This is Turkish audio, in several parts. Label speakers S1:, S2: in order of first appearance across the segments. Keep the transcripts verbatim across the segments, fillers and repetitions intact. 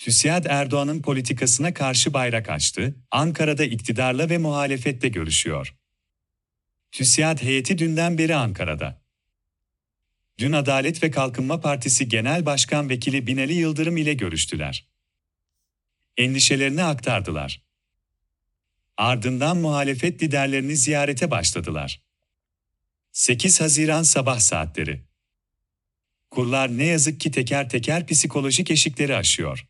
S1: TÜSİAD Erdoğan'ın politikasına karşı bayrak açtı, Ankara'da iktidarla ve muhalefetle görüşüyor. TÜSİAD heyeti dünden beri Ankara'da. Dün Adalet ve Kalkınma Partisi Genel Başkan Vekili Binali Yıldırım ile görüştüler. Endişelerini aktardılar. Ardından muhalefet liderlerini ziyarete başladılar. sekiz Haziran sabah saatleri. Kurlar ne yazık ki teker teker psikolojik eşikleri aşıyor.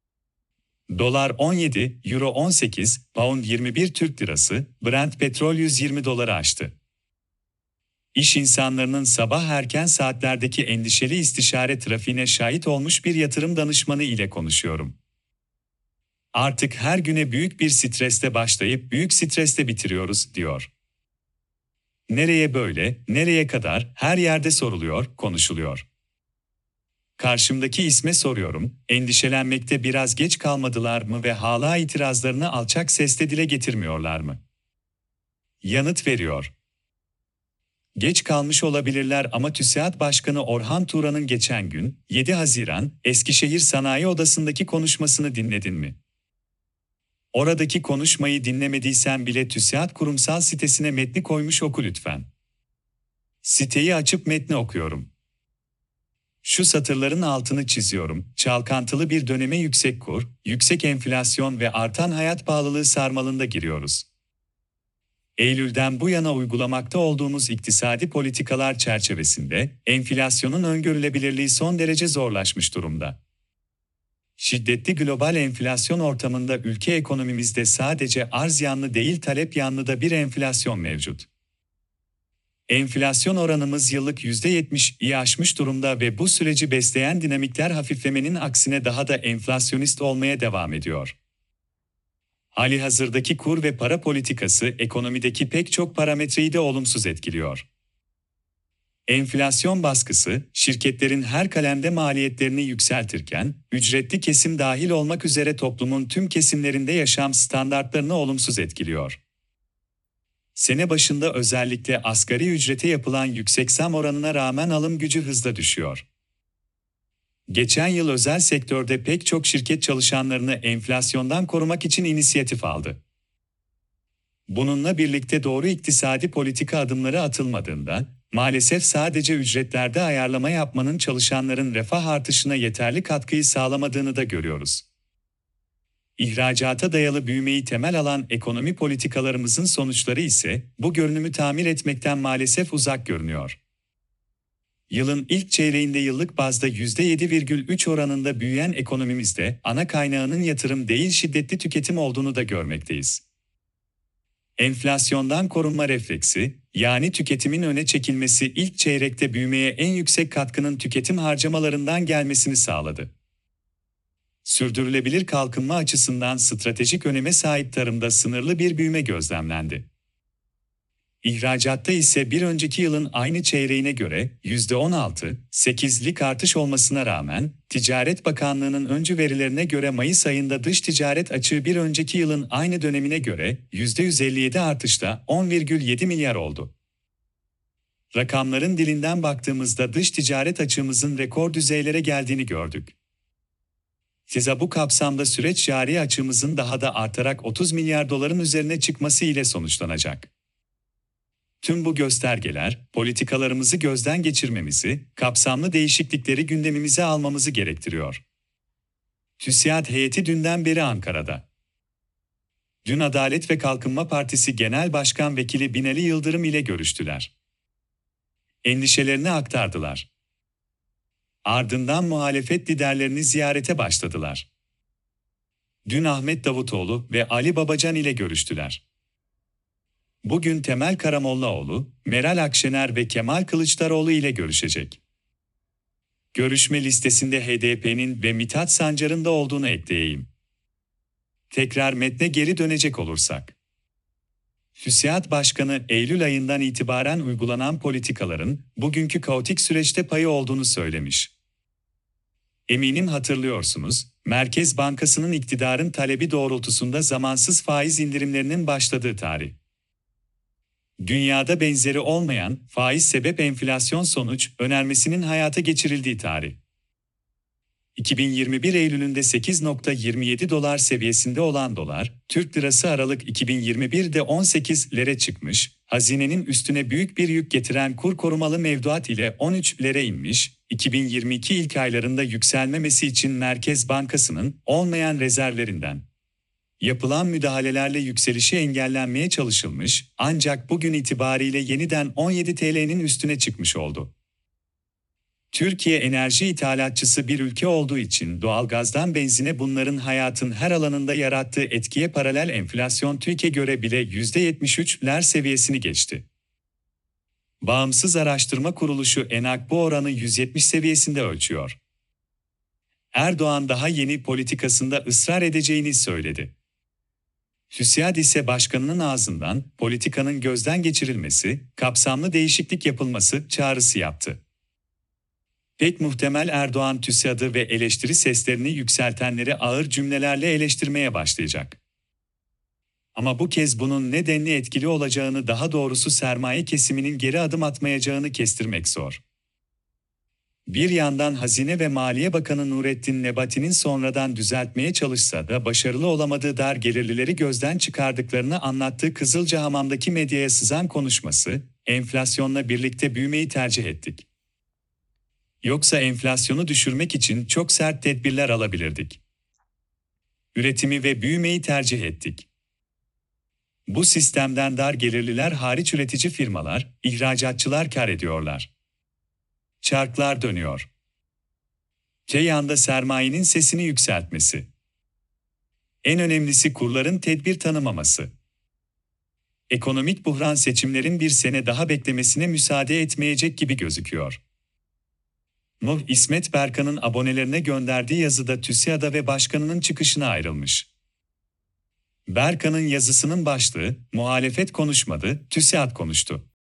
S1: Dolar on yedi, Euro on sekiz, Pound yirmi bir Türk Lirası, Brent petrol yüz yirmi doları aştı. İş insanlarının sabah erken saatlerdeki endişeli istişare trafiğine şahit olmuş bir yatırım danışmanı ile konuşuyorum. Artık her güne büyük bir stresle başlayıp büyük stresle bitiriyoruz, diyor. Nereye böyle, nereye kadar, her yerde soruluyor, konuşuluyor. Karşımdaki isme soruyorum, endişelenmekte biraz geç kalmadılar mı ve hala itirazlarını alçak sesle dile getirmiyorlar mı? Yanıt veriyor. Geç kalmış olabilirler ama TÜSİAD Başkanı Orhan Turan'ın geçen gün, yedi Haziran, Eskişehir Sanayi Odası'ndaki konuşmasını dinledin mi? Oradaki konuşmayı dinlemediysen bile TÜSİAD kurumsal sitesine metni koymuş oku lütfen. Siteyi açıp metni okuyorum. Şu satırların altını çiziyorum, çalkantılı bir döneme yüksek kur, yüksek enflasyon ve artan hayat pahalılığı sarmalında giriyoruz. Eylül'den bu yana uygulamakta olduğumuz iktisadi politikalar çerçevesinde enflasyonun öngörülebilirliği son derece zorlaşmış durumda. Şiddetli global enflasyon ortamında ülke ekonomimizde sadece arz yanlı değil talep yanlı da bir enflasyon mevcut. Enflasyon oranımız yıllık yüzde yetmişi aşmış durumda ve bu süreci besleyen dinamikler hafiflemenin aksine daha da enflasyonist olmaya devam ediyor. Halihazırdaki kur ve para politikası ekonomideki pek çok parametreyi de olumsuz etkiliyor. Enflasyon baskısı, şirketlerin her kalemde maliyetlerini yükseltirken, ücretli kesim dahil olmak üzere toplumun tüm kesimlerinde yaşam standartlarını olumsuz etkiliyor. Sene başında özellikle asgari ücrete yapılan yüksek zam oranına rağmen alım gücü hızla düşüyor. Geçen yıl özel sektörde pek çok şirket çalışanlarını enflasyondan korumak için inisiyatif aldı. Bununla birlikte doğru iktisadi politika adımları atılmadığında, maalesef sadece ücretlerde ayarlama yapmanın çalışanların refah artışına yeterli katkıyı sağlamadığını da görüyoruz. İhracata dayalı büyümeyi temel alan ekonomi politikalarımızın sonuçları ise bu görünümü tamir etmekten maalesef uzak görünüyor. Yılın ilk çeyreğinde yıllık bazda yüzde yedi virgül üç oranında büyüyen ekonomimizde ana kaynağının yatırım değil şiddetli tüketim olduğunu da görmekteyiz. Enflasyondan korunma refleksi, yani tüketimin öne çekilmesi ilk çeyrekte büyümeye en yüksek katkının tüketim harcamalarından gelmesini sağladı. Sürdürülebilir kalkınma açısından stratejik öneme sahip tarımda sınırlı bir büyüme gözlemlendi. İhracatta ise bir önceki yılın aynı çeyreğine göre yüzde on altı virgül sekizlik artış olmasına rağmen, Ticaret Bakanlığı'nın öncü verilerine göre Mayıs ayında dış ticaret açığı bir önceki yılın aynı dönemine göre yüzde yüz elli yedi artışla on virgül yedi milyar oldu. Rakamların dilinden baktığımızda dış ticaret açığımızın rekor düzeylere geldiğini gördük. Keza bu kapsamda süreç cari açığımızın daha da artarak otuz milyar doların üzerine çıkması ile sonuçlanacak. Tüm bu göstergeler, politikalarımızı gözden geçirmemizi, kapsamlı değişiklikleri gündemimize almamızı gerektiriyor. TÜSİAD heyeti dünden beri Ankara'da. Dün Adalet ve Kalkınma Partisi Genel Başkan Vekili Binali Yıldırım ile görüştüler. Endişelerini aktardılar. Ardından muhalefet liderlerini ziyarete başladılar. Dün Ahmet Davutoğlu ve Ali Babacan ile görüştüler. Bugün Temel Karamollaoğlu, Meral Akşener ve Kemal Kılıçdaroğlu ile görüşecek. Görüşme listesinde H D P'nin ve Mithat Sancar'ın da olduğunu ekleyeyim. Tekrar metne geri dönecek olursak. TÜSİAD Başkanı Eylül ayından itibaren uygulanan politikaların bugünkü kaotik süreçte payı olduğunu söylemiş. Eminim hatırlıyorsunuz, Merkez Bankası'nın iktidarın talebi doğrultusunda zamansız faiz indirimlerinin başladığı tarih. Dünyada benzeri olmayan faiz sebep enflasyon sonuç önermesinin hayata geçirildiği tarih. iki bin yirmi bir Eylül'ünde sekiz nokta yirmi yedi dolar seviyesinde olan dolar, Türk lirası Aralık iki bin yirmi bir'de on sekizlere çıkmış, hazinenin üstüne büyük bir yük getiren kur korumalı mevduat ile on üçlere inmiş, iki bin yirmi iki ilk aylarında yükselmemesi için Merkez Bankası'nın olmayan rezervlerinden yapılan müdahalelerle yükselişi engellenmeye çalışılmış, ancak bugün itibariyle yeniden on yedi Türk lirasının üstüne çıkmış oldu. Türkiye enerji ithalatçısı bir ülke olduğu için doğalgazdan benzine bunların hayatın her alanında yarattığı etkiye paralel enflasyon TÜİK'e göre bile yüzde yetmiş üçler seviyesini geçti. Bağımsız araştırma kuruluşu ENAK bu oranı yüz yetmiş seviyesinde ölçüyor. Erdoğan daha yeni politikasında ısrar edeceğini söyledi. TÜSİAD ise başkanının ağzından politikanın gözden geçirilmesi, kapsamlı değişiklik yapılması çağrısı yaptı. Pek muhtemel Erdoğan TÜSİAD'ı ve eleştiri seslerini yükseltenleri ağır cümlelerle eleştirmeye başlayacak. Ama bu kez bunun ne denli etkili olacağını, daha doğrusu sermaye kesiminin geri adım atmayacağını kestirmek zor. Bir yandan Hazine ve Maliye Bakanı Nurettin Nebati'nin sonradan düzeltmeye çalışsa da başarılı olamadığı dar gelirlileri gözden çıkardıklarını anlattığı Kızılcahamam'daki medyaya sızan konuşması, enflasyonla birlikte büyümeyi tercih ettik. Yoksa enflasyonu düşürmek için çok sert tedbirler alabilirdik. Üretimi ve büyümeyi tercih ettik. Bu sistemden dar gelirliler hariç üretici firmalar, ihracatçılar kar ediyorlar. Çarklar dönüyor. Te yanda sermayenin sesini yükseltmesi. En önemlisi kurların tedbir tanımaması. Ekonomik buhran seçimlerin bir sene daha beklemesine müsaade etmeyecek gibi gözüküyor. Nuh İsmet Berkan'ın abonelerine gönderdiği yazıda TÜSİAD'a ve başkanının çıkışına ayrılmış. Berkan'ın yazısının başlığı, muhalefet konuşmadı, TÜSİAD konuştu.